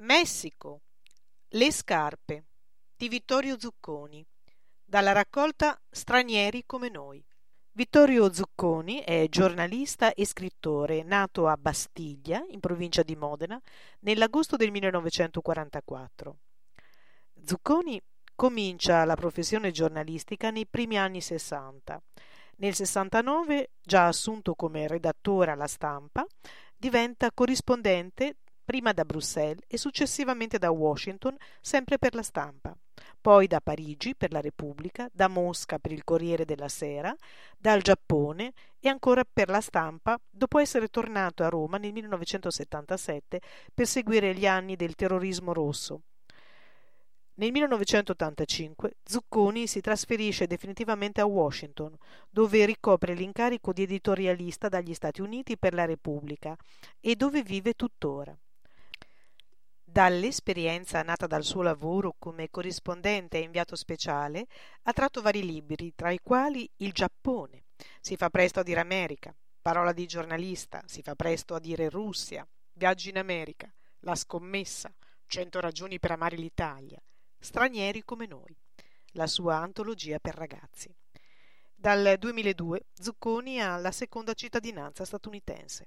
Messico. Le scarpe di Vittorio Zucconi, dalla raccolta Stranieri come noi. Vittorio Zucconi è giornalista e scrittore, nato a Bastiglia, in provincia di Modena, nell'agosto del 1944. Zucconi comincia la professione giornalistica nei primi anni 60. Nel 69, già assunto come redattore alla Stampa, diventa corrispondente prima da Bruxelles e successivamente da Washington, sempre per la Stampa, poi da Parigi per la Repubblica, da Mosca per il Corriere della Sera, dal Giappone e ancora per la Stampa, dopo essere tornato a Roma nel 1977 per seguire gli anni del terrorismo rosso. Nel 1985 Zucconi si trasferisce definitivamente a Washington, dove ricopre l'incarico di editorialista dagli Stati Uniti per la Repubblica e dove vive tuttora. Dall'esperienza nata dal suo lavoro come corrispondente e inviato speciale ha tratto vari libri, tra i quali Il Giappone, si fa presto a dire America, Parola di giornalista, si fa presto a dire Russia, Viaggi in America, La scommessa, 100 ragioni per amare l'Italia, Stranieri come noi, la sua antologia per ragazzi. Dal 2002 Zucconi ha la seconda cittadinanza statunitense.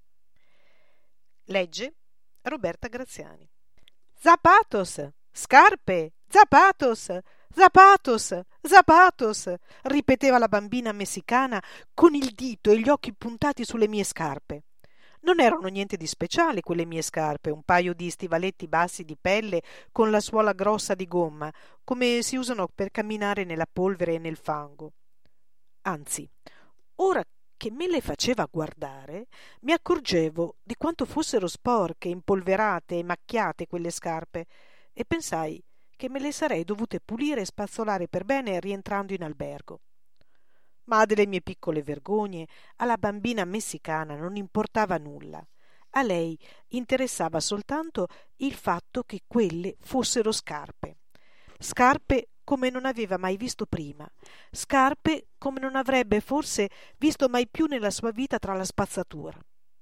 Legge Roberta Graziani. Zapatos, scarpe, zapatos, zapatos, zapatos, ripeteva la bambina messicana con il dito e gli occhi puntati sulle mie scarpe. Non erano niente di speciale quelle mie scarpe, un paio di stivaletti bassi di pelle con la suola grossa di gomma, come si usano per camminare nella polvere e nel fango. Anzi, ora che me le faceva guardare, mi accorgevo di quanto fossero sporche, impolverate e macchiate quelle scarpe e pensai che me le sarei dovute pulire e spazzolare per bene rientrando in albergo. Ma delle mie piccole vergogne alla bambina messicana non importava nulla. A lei interessava soltanto il fatto che quelle fossero scarpe. Scarpe come non aveva mai visto prima, scarpe come non avrebbe forse visto mai più nella sua vita tra la spazzatura.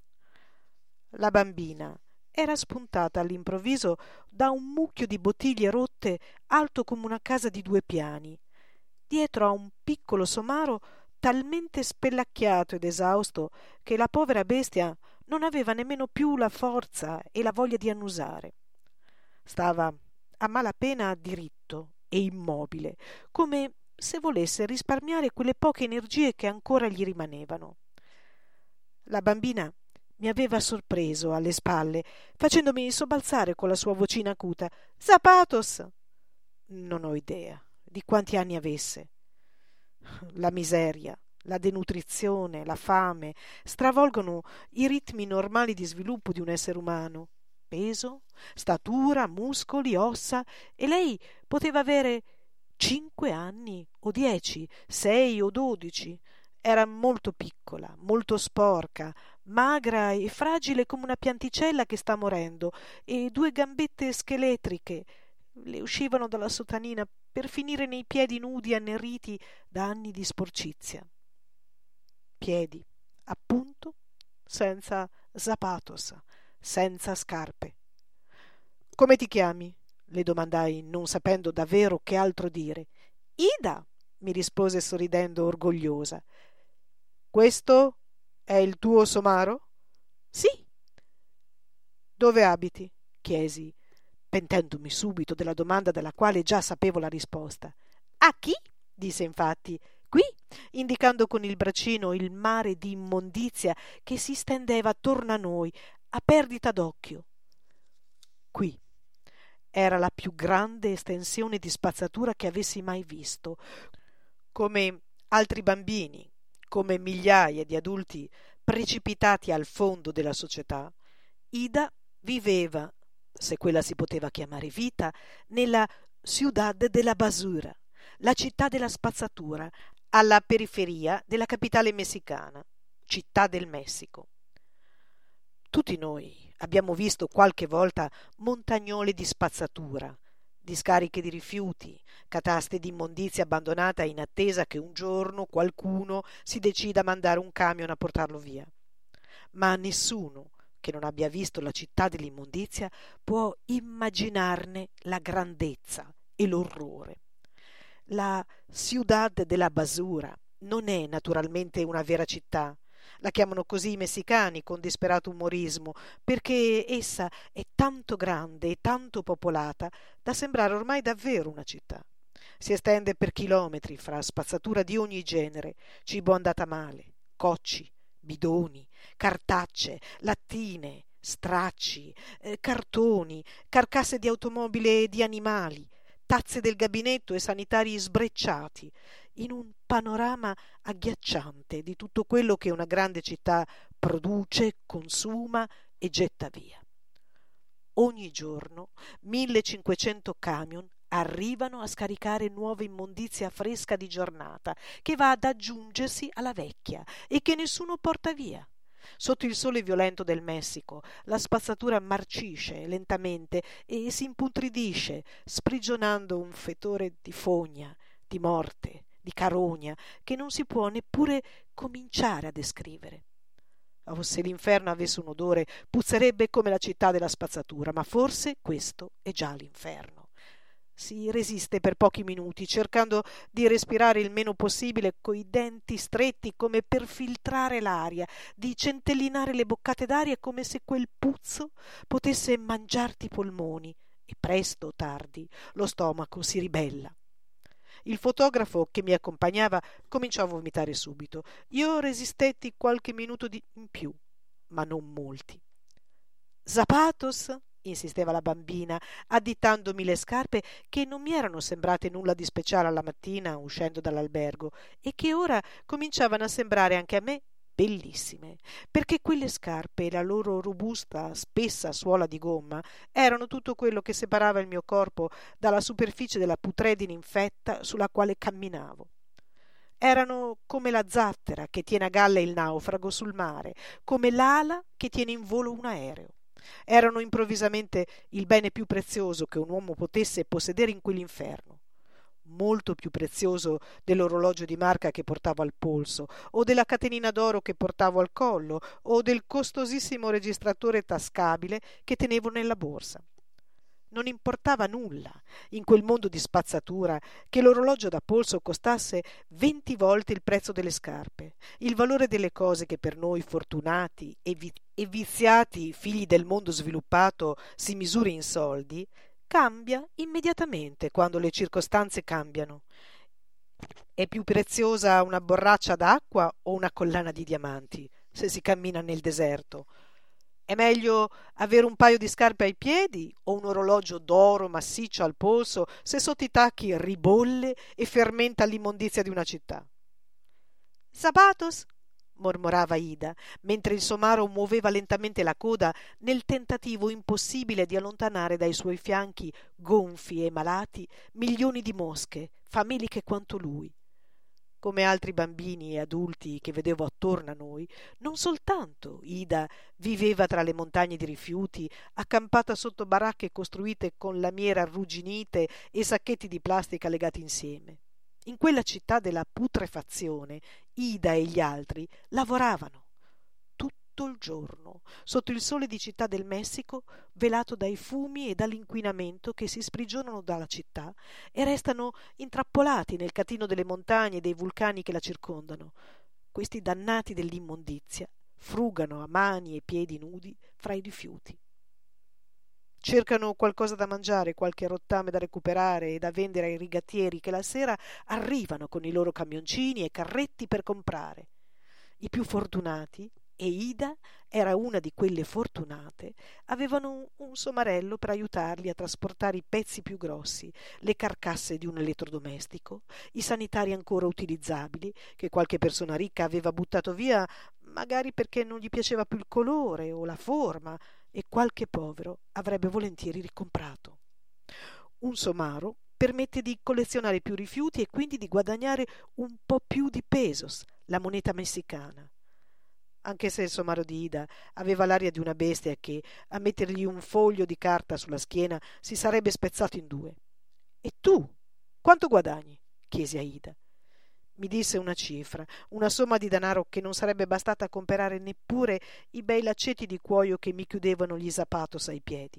La bambina era spuntata all'improvviso da un mucchio di bottiglie rotte alto come una casa di 2 piani, dietro a un piccolo somaro talmente spellacchiato ed esausto che la povera bestia non aveva nemmeno più la forza e la voglia di annusare. Stava a malapena diritto e immobile, come se volesse risparmiare quelle poche energie che ancora gli rimanevano. La bambina mi aveva sorpreso alle spalle, facendomi sobbalzare con la sua vocina acuta. «Zapatos!» Non ho idea di quanti anni avesse. La miseria, la denutrizione, la fame stravolgono i ritmi normali di sviluppo di un essere umano. Peso, statura, muscoli, ossa, e lei poteva avere 5 anni o 10, 6 o 12. Era molto piccola, molto sporca, magra e fragile come una pianticella che sta morendo, e 2 gambette scheletriche le uscivano dalla sotanina per finire nei piedi nudi anneriti da anni di sporcizia. Piedi, appunto, senza zapatos, senza scarpe. «Come ti chiami?» le domandai, non sapendo davvero che altro dire. «Ida», mi rispose sorridendo orgogliosa. «Questo è il tuo somaro?» «Sì». «Dove abiti?» chiesi, pentendomi subito della domanda della quale già sapevo la risposta. «A chi?» disse infatti. «Qui», indicando con il braccino il mare di immondizia che si stendeva attorno a noi a perdita d'occhio. Qui era la più grande estensione di spazzatura che avessi mai visto. Come altri bambini, come migliaia di adulti precipitati al fondo della società, Ida viveva, se quella si poteva chiamare vita, nella Ciudad de la Basura, la città della spazzatura, alla periferia della capitale messicana, Città del Messico. Tutti noi abbiamo visto qualche volta montagnole di spazzatura, discariche di rifiuti, cataste di immondizia abbandonata in attesa che un giorno qualcuno si decida a mandare un camion a portarlo via. Ma nessuno che non abbia visto la città dell'immondizia può immaginarne la grandezza e l'orrore. La Ciudad de la Basura non è naturalmente una vera città. La chiamano così i messicani con disperato umorismo, perché essa è tanto grande e tanto popolata da sembrare ormai davvero una città. Si estende per chilometri fra spazzatura di ogni genere, cibo andato a male, cocci, bidoni, cartacce, lattine, stracci, cartoni, carcasse di automobili e di animali, tazze del gabinetto e sanitari sbrecciati, in un panorama agghiacciante di tutto quello che una grande città produce, consuma e getta via. Ogni giorno 1500 camion arrivano a scaricare nuova immondizia fresca di giornata che va ad aggiungersi alla vecchia e che nessuno porta via. Sotto il sole violento del Messico la spazzatura marcisce lentamente e si impuntridisce, sprigionando un fetore di fogna, di morte, di carogna che non si può neppure cominciare a descrivere. Oh, se l'inferno avesse un odore, puzzerebbe come la città della spazzatura, ma forse questo è già l'inferno. Si resiste per pochi minuti, cercando di respirare il meno possibile coi denti stretti come per filtrare l'aria, di centellinare le boccate d'aria come se quel puzzo potesse mangiarti i polmoni, e presto o tardi lo stomaco si ribella. Il fotografo che mi accompagnava cominciò a vomitare subito. Io resistetti qualche minuto in più, ma non molti. «Zapatos?» insisteva la bambina, additandomi le scarpe che non mi erano sembrate nulla di speciale alla mattina uscendo dall'albergo e che ora cominciavano a sembrare anche a me bellissime, perché quelle scarpe e la loro robusta, spessa suola di gomma erano tutto quello che separava il mio corpo dalla superficie della putredine infetta sulla quale camminavo. Erano come la zattera che tiene a galla il naufrago sul mare, come l'ala che tiene in volo un aereo. Erano improvvisamente il bene più prezioso che un uomo potesse possedere in quell'inferno, molto più prezioso dell'orologio di marca che portavo al polso, o della catenina d'oro che portavo al collo, o del costosissimo registratore tascabile che tenevo nella borsa. Non importava nulla, in quel mondo di spazzatura, che l'orologio da polso costasse 20 volte il prezzo delle scarpe. Il valore delle cose che per noi fortunati e viziati figli del mondo sviluppato si misura in soldi, cambia immediatamente quando le circostanze cambiano. È più preziosa una borraccia d'acqua o una collana di diamanti, se si cammina nel deserto? È meglio avere un paio di scarpe ai piedi o un orologio d'oro massiccio al polso se sotto i tacchi ribolle e fermenta l'immondizia di una città? «Zapatos?» mormorava Ida, mentre il somaro muoveva lentamente la coda nel tentativo impossibile di allontanare dai suoi fianchi gonfi e malati milioni di mosche, fameliche quanto lui. Come altri bambini e adulti che vedevo attorno a noi, non soltanto Ida viveva tra le montagne di rifiuti, accampata sotto baracche costruite con lamiere arrugginite e sacchetti di plastica legati insieme. In quella città della putrefazione, Ida e gli altri lavoravano tutto il giorno, sotto il sole di Città del Messico, velato dai fumi e dall'inquinamento che si sprigionano dalla città e restano intrappolati nel catino delle montagne e dei vulcani che la circondano. Questi dannati dell'immondizia frugano a mani e piedi nudi fra i rifiuti. Cercano qualcosa da mangiare, qualche rottame da recuperare e da vendere ai rigattieri che la sera arrivano con i loro camioncini e carretti per comprare. I più fortunati, e Ida era una di quelle fortunate, avevano un somarello per aiutarli a trasportare i pezzi più grossi, le carcasse di un elettrodomestico, i sanitari ancora utilizzabili che qualche persona ricca aveva buttato via magari perché non gli piaceva più il colore o la forma, e qualche povero avrebbe volentieri ricomprato. Un somaro permette di collezionare più rifiuti e quindi di guadagnare un po' più di pesos, la moneta messicana. Anche se il somaro di Ida aveva l'aria di una bestia che, a mettergli un foglio di carta sulla schiena, si sarebbe spezzato in due. «E tu? Quanto guadagni?» chiesi a Ida. Mi disse una cifra, una somma di denaro che non sarebbe bastata a comprare neppure i bei laccetti di cuoio che mi chiudevano gli zapatos ai piedi.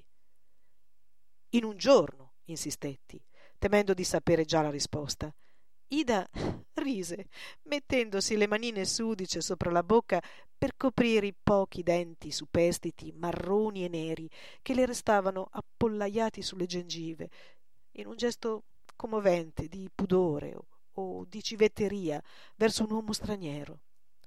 In un giorno, insistetti, temendo di sapere già la risposta. Ida rise, mettendosi le manine sudice sopra la bocca per coprire i pochi denti superstiti marroni e neri che le restavano appollaiati sulle gengive, in un gesto commovente di pudore o di civetteria verso un uomo straniero.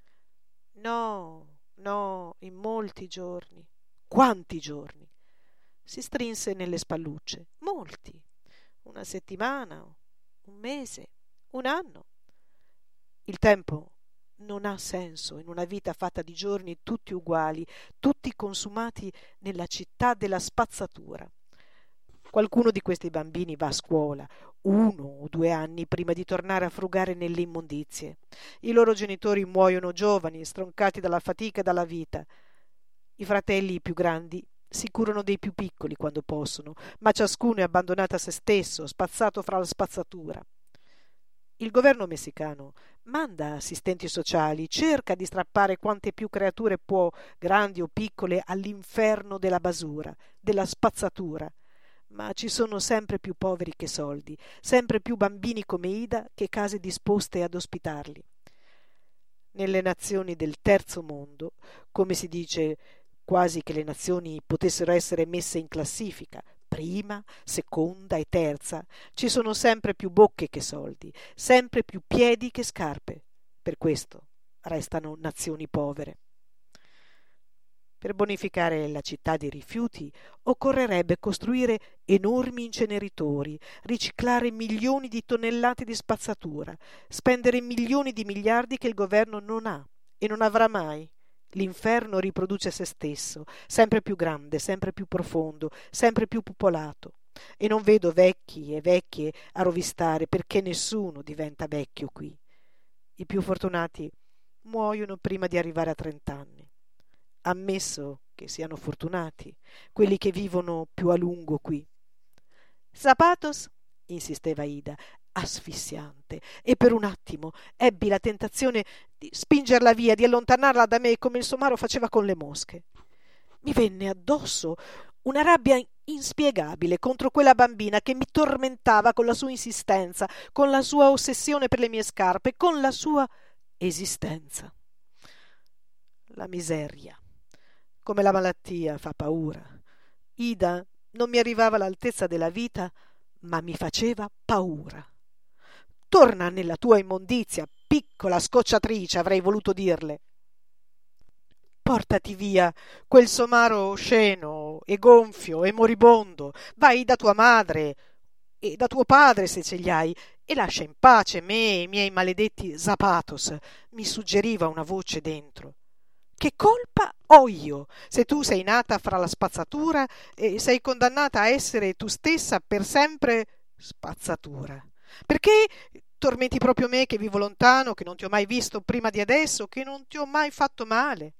No, no, in molti giorni. Quanti giorni? Si strinse nelle spallucce. Molti. Una settimana, un mese, un anno. Il tempo non ha senso in una vita fatta di giorni tutti uguali, tutti consumati nella città della spazzatura. Qualcuno di questi bambini va a scuola 1 o 2 anni prima di tornare a frugare nelle immondizie. I loro genitori muoiono giovani, stroncati dalla fatica e dalla vita. I fratelli più grandi si curano dei più piccoli quando possono, ma ciascuno è abbandonato a se stesso, spazzato fra la spazzatura. Il governo messicano manda assistenti sociali, cerca di strappare quante più creature può, grandi o piccole, all'inferno della basura, della spazzatura. Ma ci sono sempre più poveri che soldi, sempre più bambini come Ida che case disposte ad ospitarli. Nelle nazioni del terzo mondo, come si dice, quasi che le nazioni potessero essere messe in classifica, prima, seconda e terza, ci sono sempre più bocche che soldi, sempre più piedi che scarpe. Per questo restano nazioni povere. Per bonificare la città di rifiuti occorrerebbe costruire enormi inceneritori, riciclare milioni di tonnellate di spazzatura, spendere milioni di miliardi che il governo non ha e non avrà mai. L'inferno riproduce se stesso, sempre più grande, sempre più profondo, sempre più popolato. E non vedo vecchi e vecchie a rovistare, perché nessuno diventa vecchio qui. I più fortunati muoiono prima di arrivare a 30 anni. Ammesso che siano fortunati quelli che vivono più a lungo qui. Zapatos, insisteva Ida, asfissiante, e per un attimo ebbi la tentazione di spingerla via, di allontanarla da me come il somaro faceva con le mosche. Mi venne addosso una rabbia inspiegabile contro quella bambina che mi tormentava con la sua insistenza, con la sua ossessione per le mie scarpe, con la sua esistenza. La miseria, come la malattia, fa paura. Ida non mi arrivava all'altezza della vita, ma mi faceva paura. Torna nella tua immondizia, piccola scocciatrice, avrei voluto dirle. Portati via quel somaro osceno e gonfio e moribondo. Vai da tua madre e da tuo padre se ce li hai e lascia in pace me e i miei maledetti zapatos, mi suggeriva una voce dentro. Che colpa ho io se tu sei nata fra la spazzatura e sei condannata a essere tu stessa per sempre spazzatura? Perché tormenti proprio me che vivo lontano, che non ti ho mai visto prima di adesso, che non ti ho mai fatto male?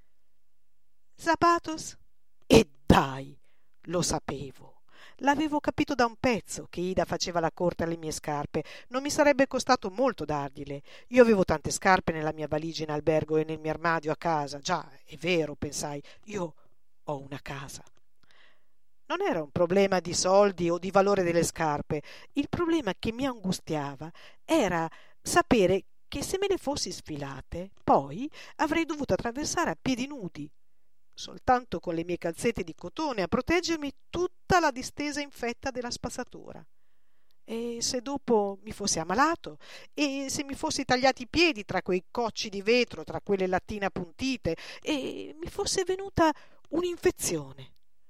Zapatos? E dai, lo sapevo. L'avevo capito da un pezzo che Ida faceva la corte alle mie scarpe. Non mi sarebbe costato molto dargliele. Io avevo tante scarpe nella mia valigia in albergo e nel mio armadio a casa. Già, è vero, pensai, io ho una casa. Non era un problema di soldi o di valore delle scarpe. Il problema che mi angustiava era sapere che se me le fossi sfilate, poi avrei dovuto attraversare a piedi nudi, soltanto con le mie calzette di cotone a proteggermi tutta la distesa infetta della spazzatura. E se dopo mi fossi ammalato, e se mi fossi tagliati i piedi tra quei cocci di vetro, tra quelle lattine appuntite, e mi fosse venuta un'infezione.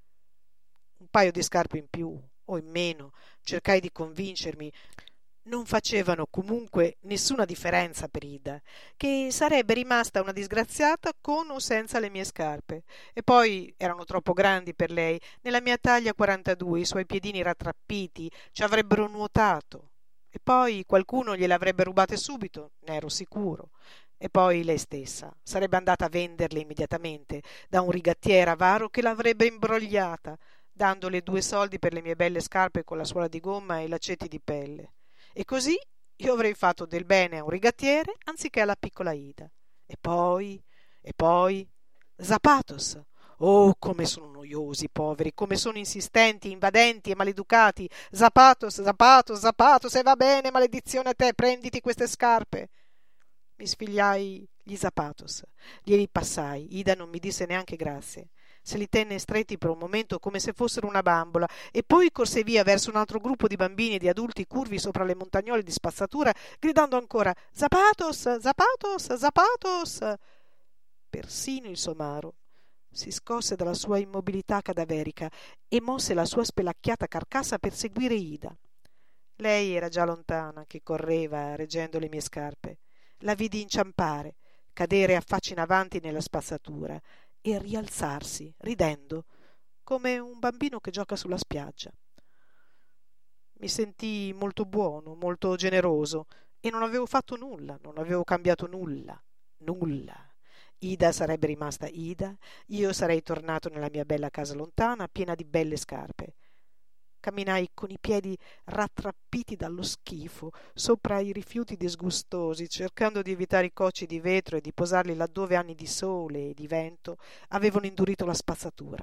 Un paio di scarpe in più o in meno, cercai di convincermi, non facevano comunque nessuna differenza per Ida, che sarebbe rimasta una disgraziata con o senza le mie scarpe. E poi erano troppo grandi per lei, nella mia taglia 42, i suoi piedini rattrappiti ci avrebbero nuotato. E poi qualcuno gliele avrebbe rubate subito, ne ero sicuro. E poi lei stessa sarebbe andata a venderle immediatamente da un rigattiere avaro che l'avrebbe imbrogliata, dandole 2 soldi per le mie belle scarpe con la suola di gomma e i laccetti di pelle. E così Io avrei fatto del bene a un rigattiere anziché alla piccola Ida. E poi, Zapatos. Oh, come sono noiosi, poveri, come sono insistenti, invadenti e maleducati. Zapatos, Zapatos, Zapatos, e va bene, maledizione a te, prenditi queste scarpe. Mi sfigliai gli Zapatos, glieli passai. Ida non mi disse neanche grazie. Se li tenne stretti per un momento come se fossero una bambola e poi corse via verso un altro gruppo di bambini e di adulti curvi sopra le montagnole di spazzatura, gridando ancora «Zapatos! Zapatos! Zapatos!». Persino il somaro si scosse dalla sua immobilità cadaverica e mosse la sua spelacchiata carcassa per seguire Ida. Lei era già lontana, che correva reggendo le mie scarpe. La vidi inciampare, cadere a faccia in avanti nella spazzatura e rialzarsi, ridendo, come un bambino che gioca sulla spiaggia. Mi sentii molto buono, molto generoso, e non avevo fatto nulla, non avevo cambiato nulla, nulla. Ida sarebbe rimasta Ida, io sarei tornato nella mia bella casa lontana, piena di belle scarpe. Camminai con i piedi rattrappiti dallo schifo, sopra i rifiuti disgustosi, cercando di evitare i cocci di vetro e di posarli laddove anni di sole e di vento avevano indurito la spazzatura.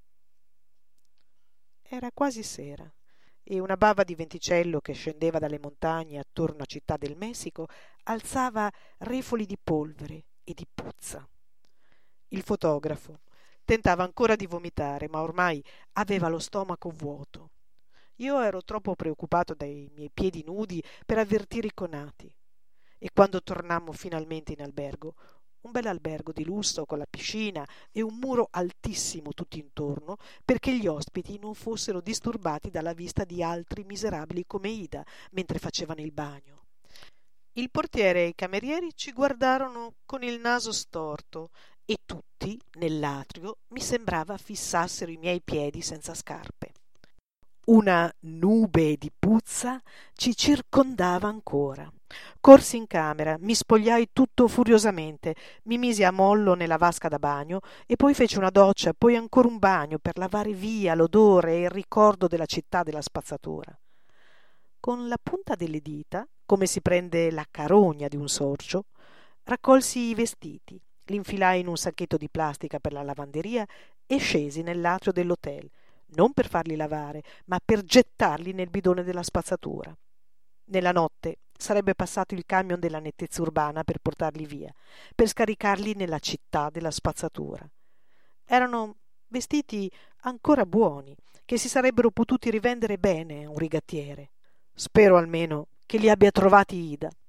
Era quasi sera e una bava di venticello che scendeva dalle montagne attorno a Città del Messico alzava refoli di polvere e di puzza. Il fotografo tentava ancora di vomitare, ma ormai aveva lo stomaco vuoto. Io ero troppo preoccupato dai miei piedi nudi per avvertire i conati. E quando tornammo finalmente in albergo, un bel albergo di lusso con la piscina e un muro altissimo tutto intorno, perché gli ospiti non fossero disturbati dalla vista di altri miserabili come Ida mentre facevano il bagno. Il portiere e i camerieri ci guardarono con il naso storto e tutti, nell'atrio, mi sembrava fissassero i miei piedi senza scarpe. Una nube di puzza ci circondava ancora. Corsi in camera, mi spogliai tutto furiosamente, mi misi a mollo nella vasca da bagno e poi feci una doccia, poi ancora un bagno per lavare via l'odore e il ricordo della città della spazzatura. Con la punta delle dita, come si prende la carogna di un sorcio, raccolsi i vestiti, li infilai in un sacchetto di plastica per la lavanderia e scesi nell'atrio dell'hotel, non per farli lavare, ma per gettarli nel bidone della spazzatura. Nella notte sarebbe passato il camion della nettezza urbana per portarli via, per scaricarli nella città della spazzatura. Erano vestiti ancora buoni, che si sarebbero potuti rivendere bene a un rigattiere. Spero almeno che li abbia trovati Ida.